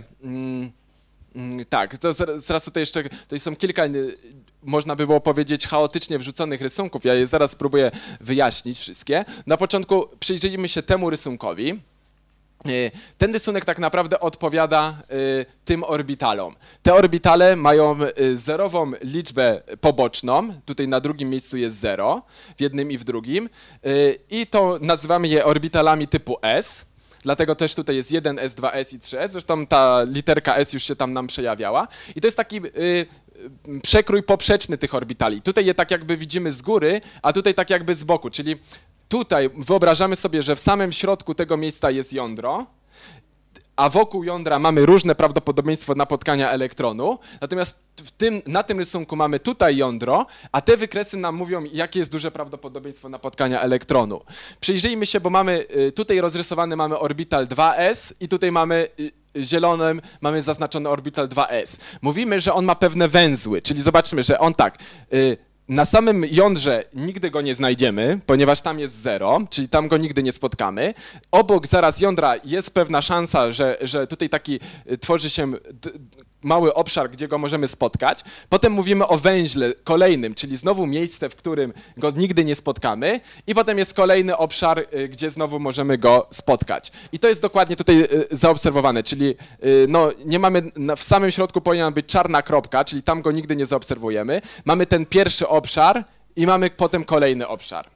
tak, to zaraz tutaj jeszcze, to są kilka, można by było powiedzieć, chaotycznie wrzuconych rysunków, ja je zaraz spróbuję wyjaśnić wszystkie. Na początku przyjrzyjmy się temu rysunkowi. Ten rysunek tak naprawdę odpowiada tym orbitalom. Te orbitale mają zerową liczbę poboczną, tutaj na drugim miejscu jest 0, w jednym i w drugim, i to nazywamy je orbitalami typu S. dlatego też tutaj jest 1s, 2s i 3s, zresztą ta literka s już się tam nam przejawiała. I to jest taki przekrój poprzeczny tych orbitali. Tutaj je tak jakby widzimy z góry, a tutaj tak jakby z boku, czyli tutaj wyobrażamy sobie, że w samym środku tego miejsca jest jądro, a wokół jądra mamy różne prawdopodobieństwo napotkania elektronu, natomiast na tym rysunku mamy tutaj jądro, a te wykresy nam mówią, jakie jest duże prawdopodobieństwo napotkania elektronu. Przyjrzyjmy się, bo mamy tutaj rozrysowany mamy orbital 2s i tutaj mamy zielonym mamy zaznaczony orbital 2s. Mówimy, że on ma pewne węzły, czyli zobaczmy, że on tak, na samym jądrze nigdy go nie znajdziemy, ponieważ tam jest 0, czyli tam go nigdy nie spotkamy. Obok zaraz jądra jest pewna szansa, że tutaj taki tworzy się mały obszar, gdzie go możemy spotkać. Potem mówimy o węźle kolejnym, czyli znowu miejsce, w którym go nigdy nie spotkamy. I potem jest kolejny obszar, gdzie znowu możemy go spotkać. I to jest dokładnie tutaj zaobserwowane, czyli no, nie mamy, w samym środku powinna być czarna kropka, czyli tam go nigdy nie zaobserwujemy. Mamy ten pierwszy obszar i mamy potem kolejny obszar.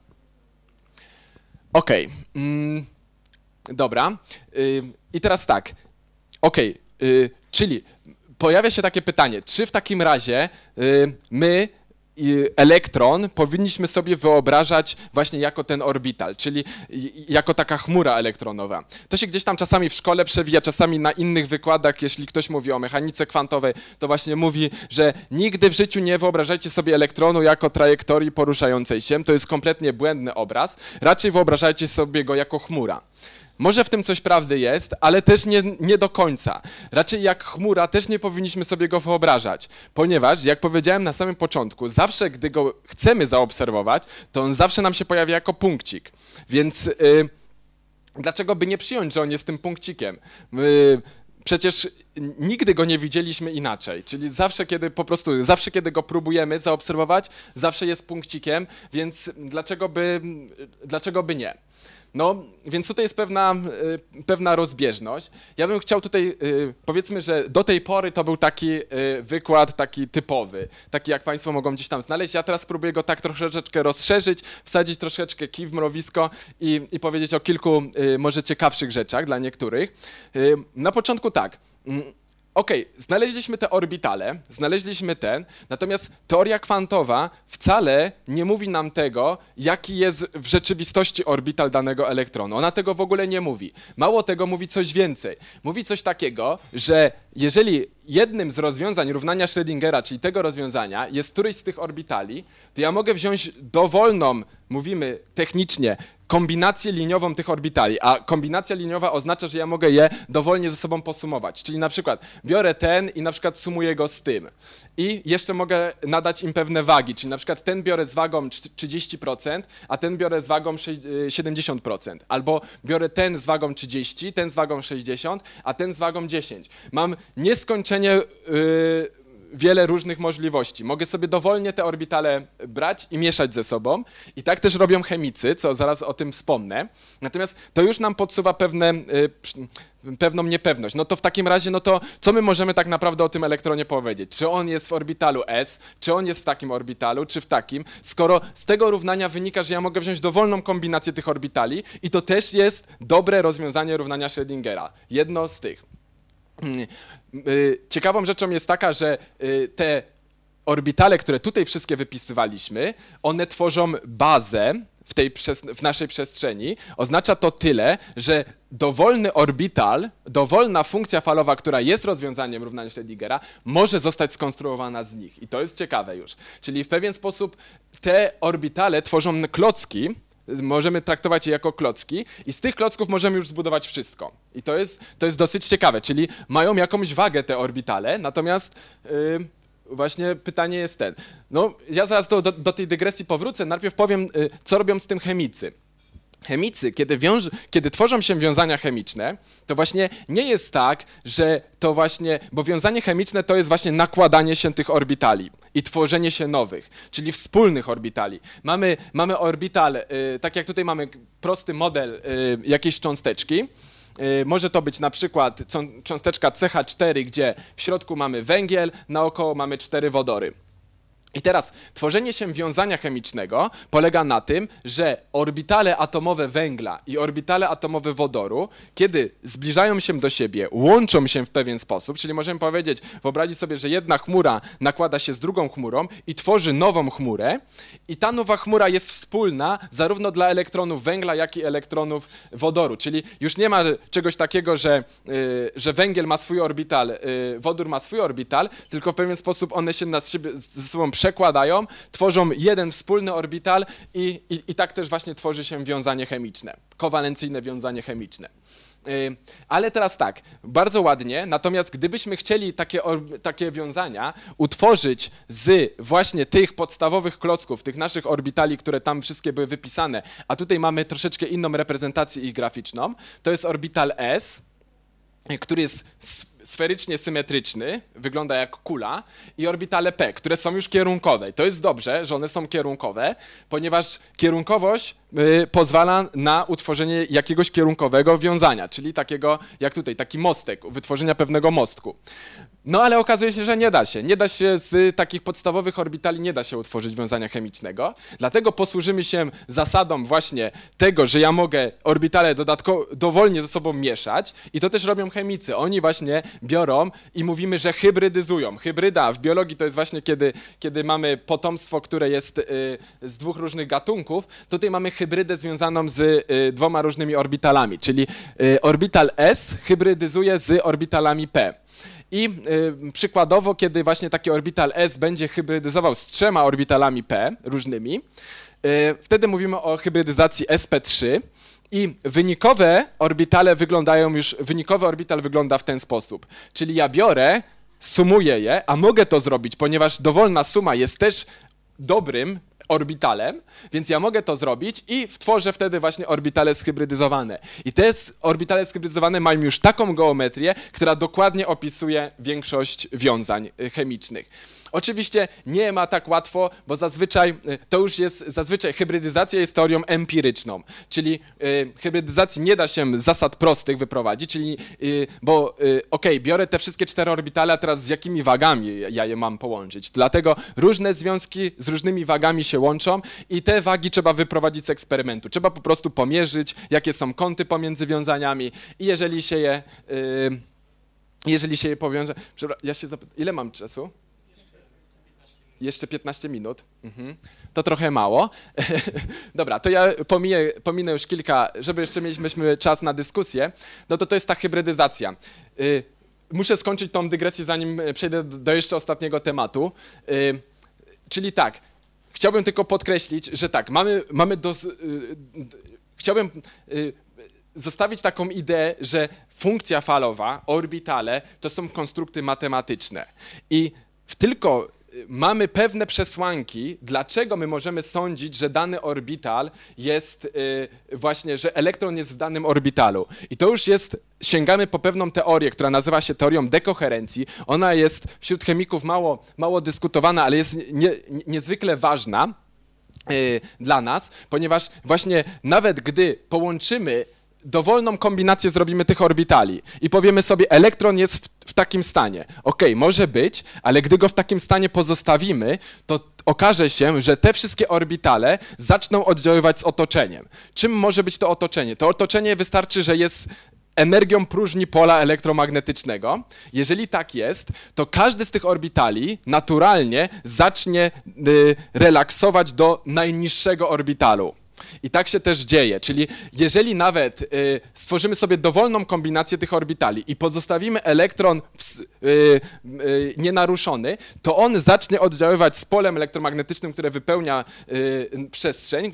Okej. Dobra. I teraz tak. Okej. Czyli pojawia się takie pytanie, czy w takim razie my elektron powinniśmy sobie wyobrażać właśnie jako ten orbital, czyli jako taka chmura elektronowa. To się gdzieś tam czasami w szkole przewija, czasami na innych wykładach, jeśli ktoś mówi o mechanice kwantowej, to właśnie mówi, że nigdy w życiu nie wyobrażajcie sobie elektronu jako trajektorii poruszającej się, to jest kompletnie błędny obraz, raczej wyobrażajcie sobie go jako chmura. Może w tym coś prawdy jest, ale też nie do końca. Raczej jak chmura też nie powinniśmy sobie go wyobrażać, ponieważ, jak powiedziałem na samym początku, zawsze gdy go chcemy zaobserwować, to on zawsze nam się pojawia jako punkcik. Więc dlaczego by nie przyjąć, że on jest tym punkcikiem? Przecież nigdy go nie widzieliśmy inaczej, czyli zawsze kiedy go próbujemy zaobserwować, zawsze jest punkcikiem, więc dlaczego by nie? No, więc tutaj jest pewna rozbieżność. Ja bym chciał tutaj, powiedzmy, że do tej pory to był taki wykład, taki typowy, taki jak Państwo mogą gdzieś tam znaleźć. Ja teraz spróbuję go tak troszeczkę rozszerzyć, wsadzić troszeczkę kij w mrowisko i powiedzieć o kilku może ciekawszych rzeczach dla niektórych. Na początku tak. Okej, znaleźliśmy te orbitale, znaleźliśmy natomiast teoria kwantowa wcale nie mówi nam tego, jaki jest w rzeczywistości orbital danego elektronu. Ona tego w ogóle nie mówi. Mało tego, mówi coś więcej. Mówi coś takiego, że jeżeli jednym z rozwiązań równania Schrödingera, czyli tego rozwiązania, jest któryś z tych orbitali, to ja mogę wziąć dowolną, mówimy technicznie, kombinację liniową tych orbitali, a kombinacja liniowa oznacza, że ja mogę je dowolnie ze sobą posumować. Czyli na przykład biorę ten i na przykład sumuję go z tym. I jeszcze mogę nadać im pewne wagi, czyli na przykład ten biorę z wagą 30%, a ten biorę z wagą 70%. Albo biorę ten z wagą 30, ten z wagą 60, a ten z wagą 10. Mam nieskończenie wiele różnych możliwości. Mogę sobie dowolnie te orbitale brać i mieszać ze sobą. I tak też robią chemicy, co zaraz o tym wspomnę. Natomiast to już nam podsuwa pewną niepewność. No to w takim razie, no to co my możemy tak naprawdę o tym elektronie powiedzieć? Czy on jest w orbitalu S, czy on jest w takim orbitalu, czy w takim? Skoro z tego równania wynika, że ja mogę wziąć dowolną kombinację tych orbitali i to też jest dobre rozwiązanie równania Schrödingera. Jedno z tych. Ciekawą rzeczą jest taka, że te orbitale, które tutaj wszystkie wypisywaliśmy, one tworzą bazę w naszej przestrzeni. Oznacza to tyle, że dowolny orbital, dowolna funkcja falowa, która jest rozwiązaniem równania Schrödingera, może zostać skonstruowana z nich. I to jest ciekawe już. Czyli w pewien sposób te orbitale tworzą klocki, możemy traktować je jako klocki i z tych klocków możemy już zbudować wszystko. I to jest dosyć ciekawe, czyli mają jakąś wagę te orbitale, natomiast właśnie pytanie jest no ja zaraz do tej dygresji powrócę, najpierw powiem, co robią z tym chemicy. Chemicy, kiedy tworzą się wiązania chemiczne, to właśnie nie jest tak, że to właśnie, bo wiązanie chemiczne to jest właśnie nakładanie się tych orbitali i tworzenie się nowych, czyli wspólnych orbitali. Mamy orbital, tak jak tutaj mamy prosty model jakiejś cząsteczki. Może to być na przykład cząsteczka CH4, gdzie w środku mamy węgiel, naokoło mamy 4 wodory. I teraz tworzenie się wiązania chemicznego polega na tym, że orbitale atomowe węgla i orbitale atomowe wodoru, kiedy zbliżają się do siebie, łączą się w pewien sposób, czyli możemy powiedzieć, wyobrazić sobie, że jedna chmura nakłada się z drugą chmurą i tworzy nową chmurę i ta nowa chmura jest wspólna zarówno dla elektronów węgla, jak i elektronów wodoru, czyli już nie ma czegoś takiego, że węgiel ma swój orbital, wodór ma swój orbital, tylko w pewien sposób one się ze sobą przekładają, tworzą jeden wspólny orbital i tak też właśnie tworzy się wiązanie chemiczne, kowalencyjne wiązanie chemiczne. Ale teraz tak, bardzo ładnie, natomiast gdybyśmy chcieli takie wiązania utworzyć z właśnie tych podstawowych klocków, tych naszych orbitali, które tam wszystkie były wypisane, a tutaj mamy troszeczkę inną reprezentację ich graficzną, to jest orbital S, który jest sferycznie symetryczny, wygląda jak kula, i orbitale P, które są już kierunkowe. I to jest dobrze, że one są kierunkowe, ponieważ kierunkowość pozwala na utworzenie jakiegoś kierunkowego wiązania, czyli takiego jak tutaj, taki mostek, wytworzenia pewnego mostku. No ale okazuje się, że nie da się. Nie da się z takich podstawowych orbitali, nie da się utworzyć wiązania chemicznego. Dlatego posłużymy się zasadą właśnie tego, że ja mogę orbitale dowolnie ze sobą mieszać i to też robią chemicy. Oni właśnie biorą i mówimy, że hybrydyzują. Hybryda w biologii to jest właśnie kiedy mamy potomstwo, które jest z dwóch różnych gatunków. Tutaj mamy hybrydę związaną z dwoma różnymi orbitalami, czyli orbital S hybrydyzuje z orbitalami P. I przykładowo, kiedy właśnie taki orbital S będzie hybrydyzował z 3 orbitalami P różnymi, wtedy mówimy o hybrydyzacji sp3 i wynikowy orbital wygląda w ten sposób. Czyli ja biorę, sumuję je, a mogę to zrobić, ponieważ dowolna suma jest też dobrym orbitalem, więc ja mogę to zrobić i tworzę wtedy właśnie orbitale zhybrydyzowane. I te orbitale zhybrydyzowane mają już taką geometrię, która dokładnie opisuje większość wiązań chemicznych. Oczywiście nie ma tak łatwo, bo zazwyczaj hybrydyzacja jest teorią empiryczną, czyli hybrydyzacji nie da się z zasad prostych wyprowadzić, czyli biorę te wszystkie 4 orbitale, a teraz z jakimi wagami ja je mam połączyć. Dlatego różne związki z różnymi wagami się łączą i te wagi trzeba wyprowadzić z eksperymentu. Trzeba po prostu pomierzyć, jakie są kąty pomiędzy wiązaniami i jeżeli się je powiąże... Ja się zapytam, ile mam czasu? Jeszcze 15 minut. To trochę mało. Dobra, to ja pominę już kilka, żeby jeszcze mieliśmy czas na dyskusję. No to jest ta hybrydyzacja. Muszę skończyć tą dygresję, zanim przejdę do jeszcze ostatniego tematu. Czyli tak, chciałbym tylko podkreślić, że tak, chciałbym zostawić taką ideę, że funkcja falowa, orbitale, to są konstrukty matematyczne. I tylko mamy pewne przesłanki, dlaczego my możemy sądzić, że dany orbital jest właśnie, że elektron jest w danym orbitalu. I to już sięgamy po pewną teorię, która nazywa się teorią dekoherencji. Ona jest wśród chemików mało dyskutowana, ale jest niezwykle ważna dla nas, ponieważ właśnie nawet gdy połączymy dowolną kombinację zrobimy tych orbitali i powiemy sobie, elektron jest w takim stanie. Okej, może być, ale gdy go w takim stanie pozostawimy, to okaże się, że te wszystkie orbitale zaczną oddziaływać z otoczeniem. Czym może być to otoczenie? To otoczenie wystarczy, że jest energią próżni pola elektromagnetycznego. Jeżeli tak jest, to każdy z tych orbitali naturalnie zacznie relaksować do najniższego orbitalu. I tak się też dzieje, czyli jeżeli nawet stworzymy sobie dowolną kombinację tych orbitali i pozostawimy elektron nienaruszony, to on zacznie oddziaływać z polem elektromagnetycznym, które wypełnia przestrzeń,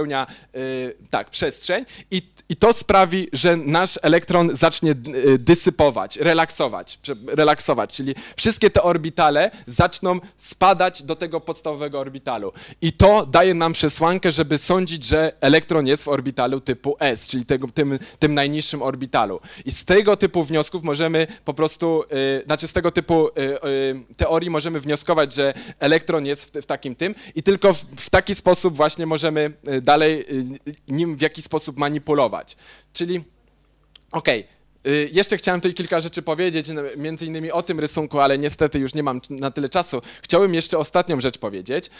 i to sprawi, że nasz elektron zacznie dysypować, relaksować, czyli wszystkie te orbitale zaczną spadać do tego podstawowego orbitalu. I to daje nam przesłankę, żeby sądzić, że elektron jest w orbitalu typu S, czyli tym najniższym orbitalu. I z tego typu wniosków możemy po prostu, z tego typu teorii możemy wnioskować, że elektron jest w takim i tylko w taki sposób właśnie możemy dalej nim w jakiś sposób manipulować. Czyli, Jeszcze chciałem tutaj kilka rzeczy powiedzieć, między innymi o tym rysunku, ale niestety już nie mam na tyle czasu. Chciałbym jeszcze ostatnią rzecz powiedzieć.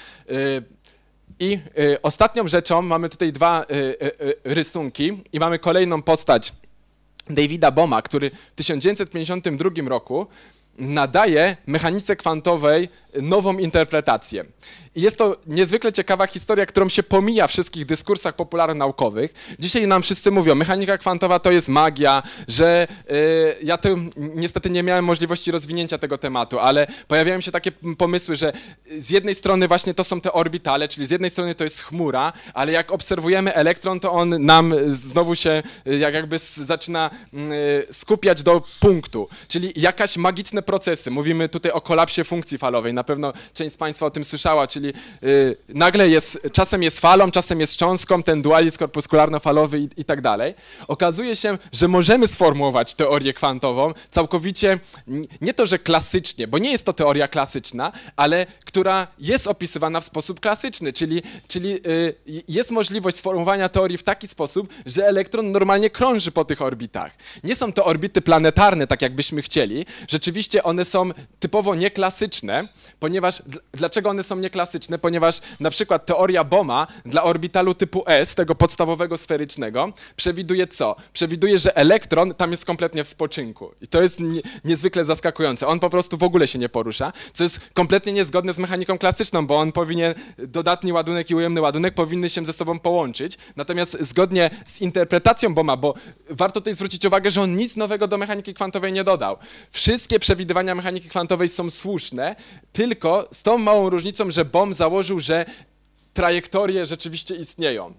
Ostatnią rzeczą mamy tutaj dwa rysunki i mamy kolejną postać Davida Bohma, który w 1952 roku nadaje mechanice kwantowej nową interpretację. I jest to niezwykle ciekawa historia, którą się pomija w wszystkich dyskursach popularnonaukowych. Dzisiaj nam wszyscy mówią, mechanika kwantowa to jest magia, że ja to niestety nie miałem możliwości rozwinięcia tego tematu, ale pojawiają się takie pomysły, że z jednej strony właśnie to są te orbitale, czyli z jednej strony to jest chmura, ale jak obserwujemy elektron, to on nam znowu się jakby zaczyna skupiać do punktu, czyli jakaś magiczne procesy. Mówimy tutaj o kolapsie funkcji falowej. Na pewno część z Państwa o tym słyszała, czyli nagle czasem jest falą, czasem jest cząstką, ten dualizm korpuskularno-falowy i tak dalej. Okazuje się, że możemy sformułować teorię kwantową całkowicie, nie to, że klasycznie, bo nie jest to teoria klasyczna, ale która jest opisywana w sposób klasyczny, czyli jest możliwość sformułowania teorii w taki sposób, że elektron normalnie krąży po tych orbitach. Nie są to orbity planetarne, tak jakbyśmy chcieli. Rzeczywiście one są typowo nieklasyczne, ponieważ, dlaczego one są nieklasyczne? Ponieważ na przykład teoria Bohma dla orbitalu typu S, tego podstawowego sferycznego, przewiduje co? Przewiduje, że elektron tam jest kompletnie w spoczynku. I to jest niezwykle zaskakujące. On po prostu w ogóle się nie porusza, co jest kompletnie niezgodne z mechaniką klasyczną, bo on powinien, dodatni ładunek i ujemny ładunek powinny się ze sobą połączyć. Natomiast zgodnie z interpretacją Bohma, bo warto tutaj zwrócić uwagę, że on nic nowego do mechaniki kwantowej nie dodał. Wszystkie przewidywania mechaniki kwantowej są słuszne, tylko z tą małą różnicą, że Bohm założył, że trajektorie rzeczywiście istnieją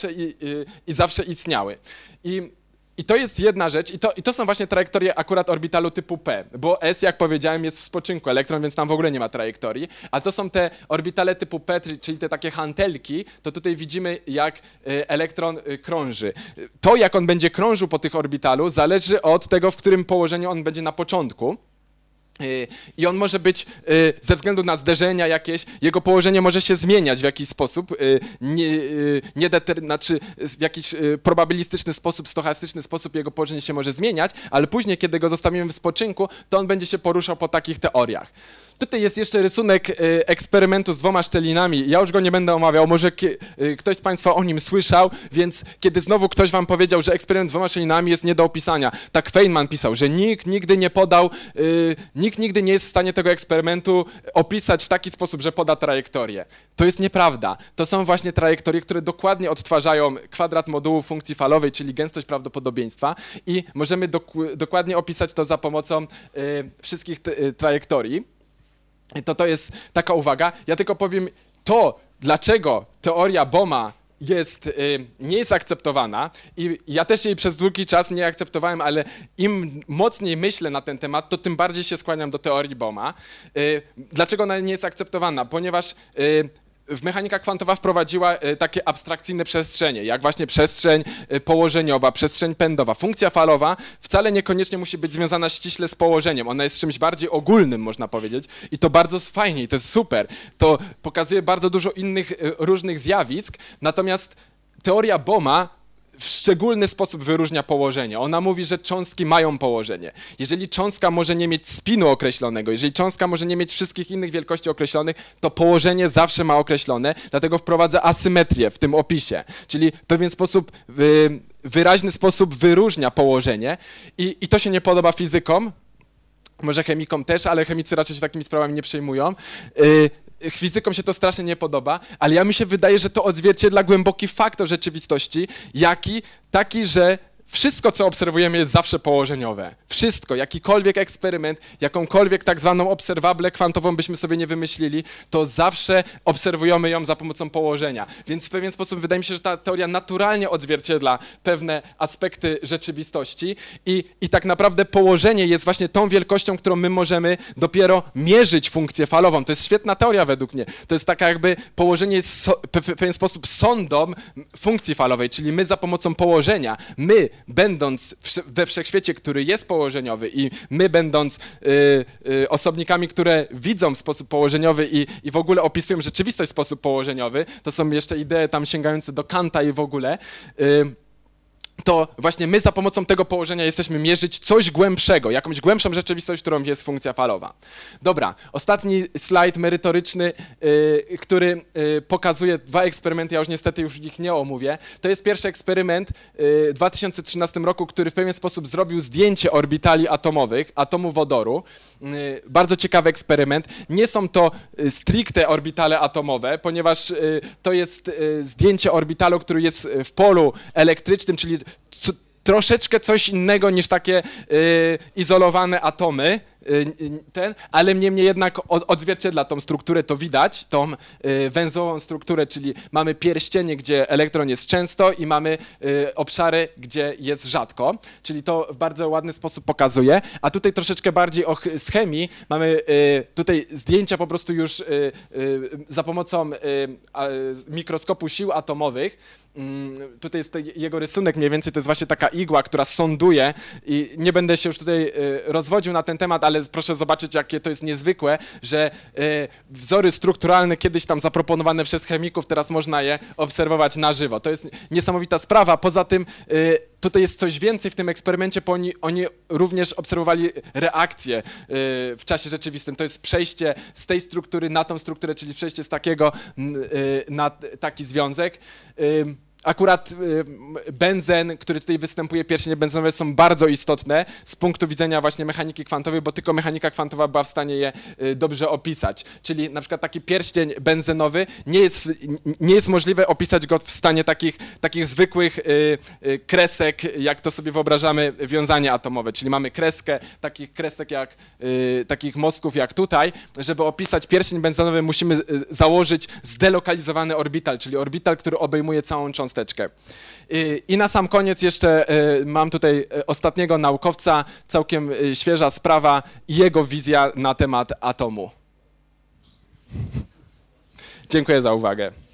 i zawsze istniały. I to jest jedna rzecz, i to są właśnie trajektorie akurat orbitalu typu P, bo S, jak powiedziałem, jest w spoczynku elektron, więc tam w ogóle nie ma trajektorii, a to są te orbitale typu P, czyli te takie hantelki, to tutaj widzimy, jak elektron krąży. To, jak on będzie krążył po tych orbitalu, zależy od tego, w którym położeniu on będzie na początku. I on może być, ze względu na zderzenia jakieś, jego położenie może się zmieniać w jakiś sposób, znaczy w jakiś probabilistyczny sposób, stochastyczny sposób jego położenie się może zmieniać, ale później, kiedy go zostawimy w spoczynku, to on będzie się poruszał po takich teoriach. Tutaj jest jeszcze rysunek eksperymentu z dwoma szczelinami. Ja już go nie będę omawiał, może ktoś z Państwa o nim słyszał, więc kiedy znowu ktoś Wam powiedział, że eksperyment z dwoma szczelinami jest nie do opisania, tak Feynman pisał, że nikt nigdy nie podał, nikt nigdy nie jest w stanie tego eksperymentu opisać w taki sposób, że poda trajektorię. To jest nieprawda. To są właśnie trajektorie, które dokładnie odtwarzają kwadrat modułu funkcji falowej, czyli gęstość prawdopodobieństwa i możemy dokładnie opisać to za pomocą wszystkich trajektorii. To jest taka uwaga. Ja tylko powiem to, dlaczego teoria Bohma nie jest akceptowana i ja też jej przez długi czas nie akceptowałem, ale im mocniej myślę na ten temat, to tym bardziej się skłaniam do teorii Bohma. Dlaczego ona nie jest akceptowana? Ponieważ mechanika kwantowa wprowadziła takie abstrakcyjne przestrzenie, jak właśnie przestrzeń położeniowa, przestrzeń pędowa. Funkcja falowa wcale niekoniecznie musi być związana ściśle z położeniem. Ona jest czymś bardziej ogólnym, można powiedzieć, i to bardzo fajnie, i to jest super. To pokazuje bardzo dużo innych różnych zjawisk, natomiast teoria Bohma w szczególny sposób wyróżnia położenie. Ona mówi, że cząstki mają położenie. Jeżeli cząstka może nie mieć spinu określonego, jeżeli cząstka może nie mieć wszystkich innych wielkości określonych, to położenie zawsze ma określone, dlatego wprowadza asymetrię w tym opisie. Czyli w pewien sposób, wyraźny sposób wyróżnia położenie i to się nie podoba fizykom, może chemikom też, ale chemicy raczej się takimi sprawami nie przejmują. Fizykom się to strasznie nie podoba, ale mi się wydaje, że to odzwierciedla głęboki faktor rzeczywistości, taki, że wszystko, co obserwujemy, jest zawsze położeniowe. Wszystko, jakikolwiek eksperyment, jakąkolwiek tak zwaną obserwablę kwantową byśmy sobie nie wymyślili, to zawsze obserwujemy ją za pomocą położenia. Więc w pewien sposób wydaje mi się, że ta teoria naturalnie odzwierciedla pewne aspekty rzeczywistości i tak naprawdę położenie jest właśnie tą wielkością, którą my możemy dopiero mierzyć funkcję falową. To jest świetna teoria według mnie. To jest taka jakby położenie jest w pewien sposób sondą funkcji falowej, czyli my za pomocą położenia, my będąc we wszechświecie, który jest położeniowy i my będąc osobnikami, które widzą w sposób położeniowy i w ogóle opisują rzeczywistość w sposób położeniowy, to są jeszcze idee tam sięgające do Kanta i w ogóle, to właśnie my za pomocą tego położenia jesteśmy mierzyć coś głębszego, jakąś głębszą rzeczywistość, którą jest funkcja falowa. Dobra, ostatni slajd merytoryczny, który pokazuje dwa eksperymenty, ja już ich nie omówię. To jest pierwszy eksperyment w 2013 roku, który w pewien sposób zrobił zdjęcie orbitali atomowych, atomu wodoru. Bardzo ciekawy eksperyment. Nie są to stricte orbitale atomowe, ponieważ to jest zdjęcie orbitalu, który jest w polu elektrycznym, czyli troszeczkę coś innego niż takie izolowane atomy, ale niemniej jednak odzwierciedla tą strukturę, to widać, tą węzłową strukturę, czyli mamy pierścienie, gdzie elektron jest często i mamy obszary, gdzie jest rzadko, czyli to w bardzo ładny sposób pokazuje, a tutaj troszeczkę bardziej z chemii, mamy tutaj zdjęcia po prostu już za pomocą mikroskopu sił atomowych. Tutaj jest jego rysunek mniej więcej, to jest właśnie taka igła, która sonduje i nie będę się już tutaj rozwodził na ten temat, ale proszę zobaczyć, jakie to jest niezwykłe, że wzory strukturalne kiedyś tam zaproponowane przez chemików, teraz można je obserwować na żywo. To jest niesamowita sprawa. Poza tym tutaj jest coś więcej w tym eksperymencie, bo oni również obserwowali reakcje w czasie rzeczywistym. To jest przejście z tej struktury na tą strukturę, czyli przejście z takiego na taki związek. Akurat benzen, który tutaj występuje, pierścienie benzonowe są bardzo istotne z punktu widzenia właśnie mechaniki kwantowej, bo tylko mechanika kwantowa była w stanie je dobrze opisać. Czyli na przykład taki pierścień benzenowy nie jest możliwe opisać go w stanie takich zwykłych kresek, jak to sobie wyobrażamy wiązanie atomowe. Czyli mamy kreskę, takich kresek takich mostków jak tutaj. Żeby opisać pierścień benzenowy, musimy założyć zdelokalizowany orbital, czyli orbital, który obejmuje całą cząsteczkę. I na sam koniec jeszcze mam tutaj ostatniego naukowca, całkiem świeża sprawa i jego wizja na temat atomu. Dziękuję za uwagę.